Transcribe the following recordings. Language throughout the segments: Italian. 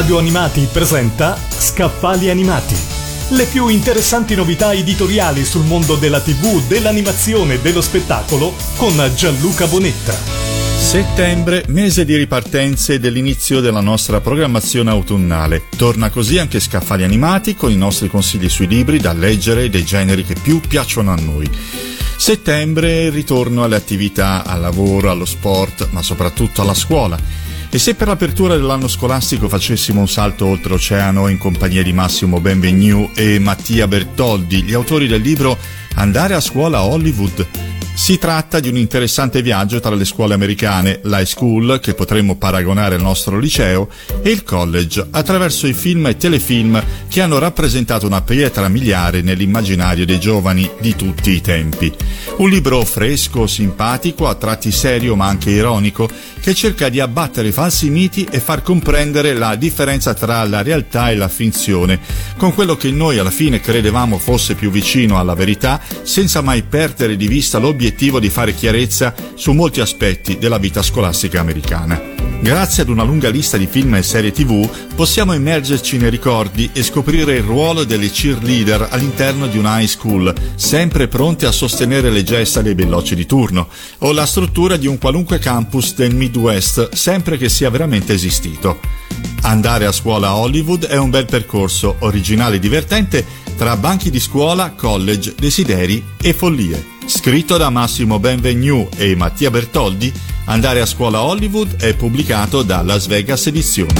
Radio Animati presenta Scaffali Animati. Le più interessanti novità editoriali sul mondo della TV, dell'animazione e dello spettacolo con Gianluca Bonetta. Settembre, mese di ripartenze e dell'inizio della nostra programmazione autunnale. Torna così anche Scaffali Animati con i nostri consigli sui libri da leggere dei generi che più piacciono a noi. Settembre, ritorno alle attività, al lavoro, allo sport, ma soprattutto alla scuola. E se per l'apertura dell'anno scolastico facessimo un salto oltreoceano in compagnia di Massimo Benvenu e Mattia Bertoldi, gli autori del libro Andare a scuola a Hollywood? Si tratta di un interessante viaggio tra le scuole americane, l'high school, che potremmo paragonare al nostro liceo, e il college, attraverso i film e telefilm che hanno rappresentato una pietra miliare nell'immaginario dei giovani di tutti i tempi. Un libro fresco, simpatico, a tratti serio ma anche ironico, che cerca di abbattere i falsi miti e far comprendere la differenza tra la realtà e la finzione, con quello che noi alla fine credevamo fosse più vicino alla verità, senza mai perdere di vista l'obiettivo di fare chiarezza su molti aspetti della vita scolastica americana. Grazie ad una lunga lista di film e serie TV possiamo immergerci nei ricordi e scoprire il ruolo delle cheerleader all'interno di una high school, sempre pronte a sostenere le gesta dei bellocci di turno, o la struttura di un qualunque campus del Midwest, sempre che sia veramente esistito. Andare a scuola a Hollywood è un bel percorso, originale e divertente, tra banchi di scuola, college, desideri e follie. Scritto da Massimo Benvenu e Mattia Bertoldi, Andare a scuola a Hollywood è pubblicato da Las Vegas Edizioni.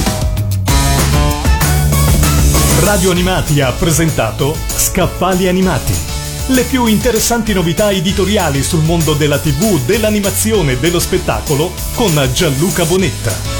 Radio Animati ha presentato Scaffali Animati. Le più interessanti novità editoriali sul mondo della TV, dell'animazione e dello spettacolo con Gianluca Bonetta.